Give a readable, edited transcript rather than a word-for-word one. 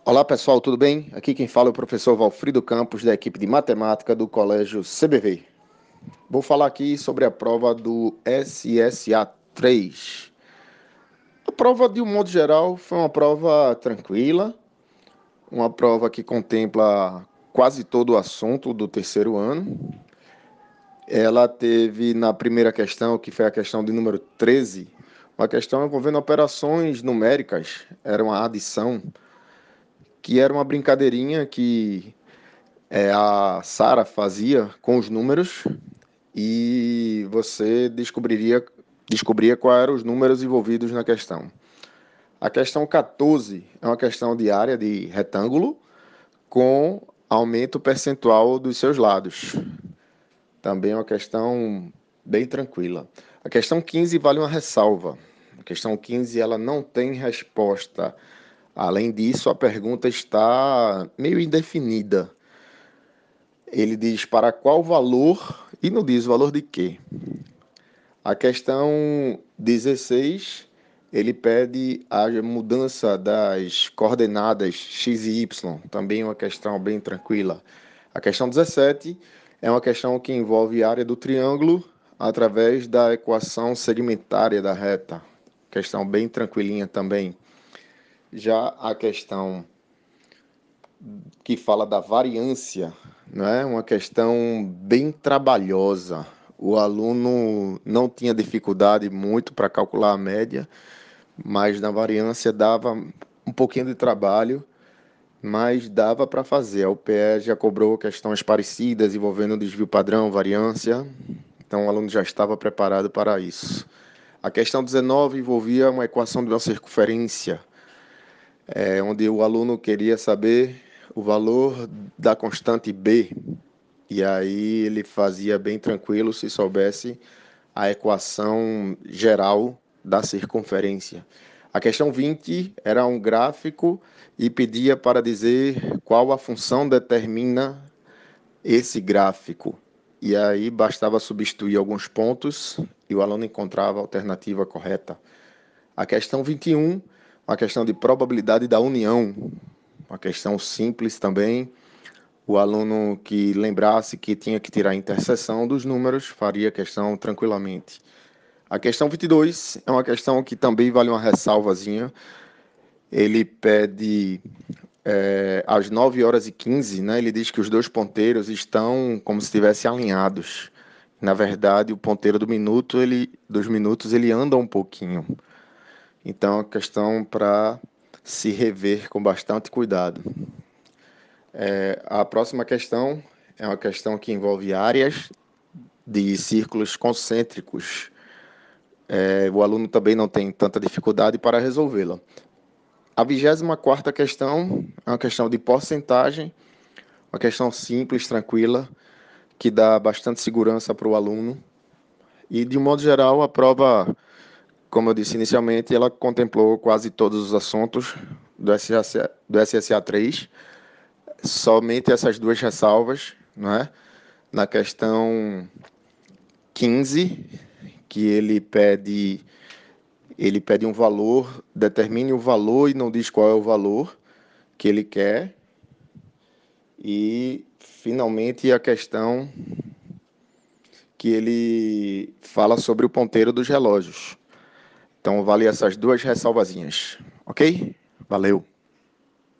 Olá pessoal, tudo bem? Aqui quem fala é o professor Valfrido Campos, da equipe de matemática do Colégio CBV. Vou falar aqui sobre a prova do SSA 3. A prova, de um modo geral, foi uma prova tranquila, uma prova que contempla quase todo o assunto do terceiro ano. Ela teve na primeira questão, que foi a questão de número 13, uma questão envolvendo operações numéricas, era uma adição, que era uma brincadeirinha que a Sara fazia com os números e você descobria quais eram os números envolvidos na questão. A questão 14 é uma questão de área de retângulo com aumento percentual dos seus lados. Também é uma questão bem tranquila. A questão 15 vale uma ressalva. A questão 15 ela não tem resposta. Além disso, a pergunta está meio indefinida. Ele diz para qual valor e não diz o valor de quê. A questão 16, ele pede a mudança das coordenadas x e y, também uma questão bem tranquila. A questão 17 é uma questão que envolve a área do triângulo através da equação segmentária da reta. Questão bem tranquilinha também. Já a questão que fala da variância, não é uma questão bem trabalhosa. O aluno não tinha dificuldade muito para calcular a média, mas na variância dava um pouquinho de trabalho, mas dava para fazer. A UPE já cobrou questões parecidas envolvendo desvio padrão, variância, então o aluno já estava preparado para isso. A questão 19 envolvia uma equação de uma circunferência, onde o aluno queria saber o valor da constante b, e aí ele fazia bem tranquilo se soubesse a equação geral da circunferência. A questão 20 era um gráfico e pedia para dizer qual a função determina esse gráfico. E aí bastava substituir alguns pontos e o aluno encontrava a alternativa correta. A questão 21, uma questão de probabilidade da união, uma questão simples também. O aluno que lembrasse que tinha que tirar a interseção dos números faria a questão tranquilamente. A questão 22 é uma questão que também vale uma ressalvazinha. Ele pede às 9 horas e 15, né? Ele diz que os dois ponteiros estão como se estivessem alinhados. Na verdade, o ponteiro dos minutos, ele anda um pouquinho. Então, é uma questão para se rever com bastante cuidado. A próxima questão é uma questão que envolve áreas de círculos concêntricos. O aluno também não tem tanta dificuldade para resolvê-la. A 24ª questão é uma questão de porcentagem, uma questão simples, tranquila, que dá bastante segurança para o aluno. E, de um modo geral, a prova, como eu disse inicialmente, ela contemplou quase todos os assuntos do SSA 3, somente essas duas ressalvas, não é? Na questão 15, que ele pede um valor, determine o valor e não diz qual é o valor que ele quer. E, finalmente, a questão que ele fala sobre o ponteiro dos relógios. Então, vale essas duas ressalvazinhas, ok? Valeu!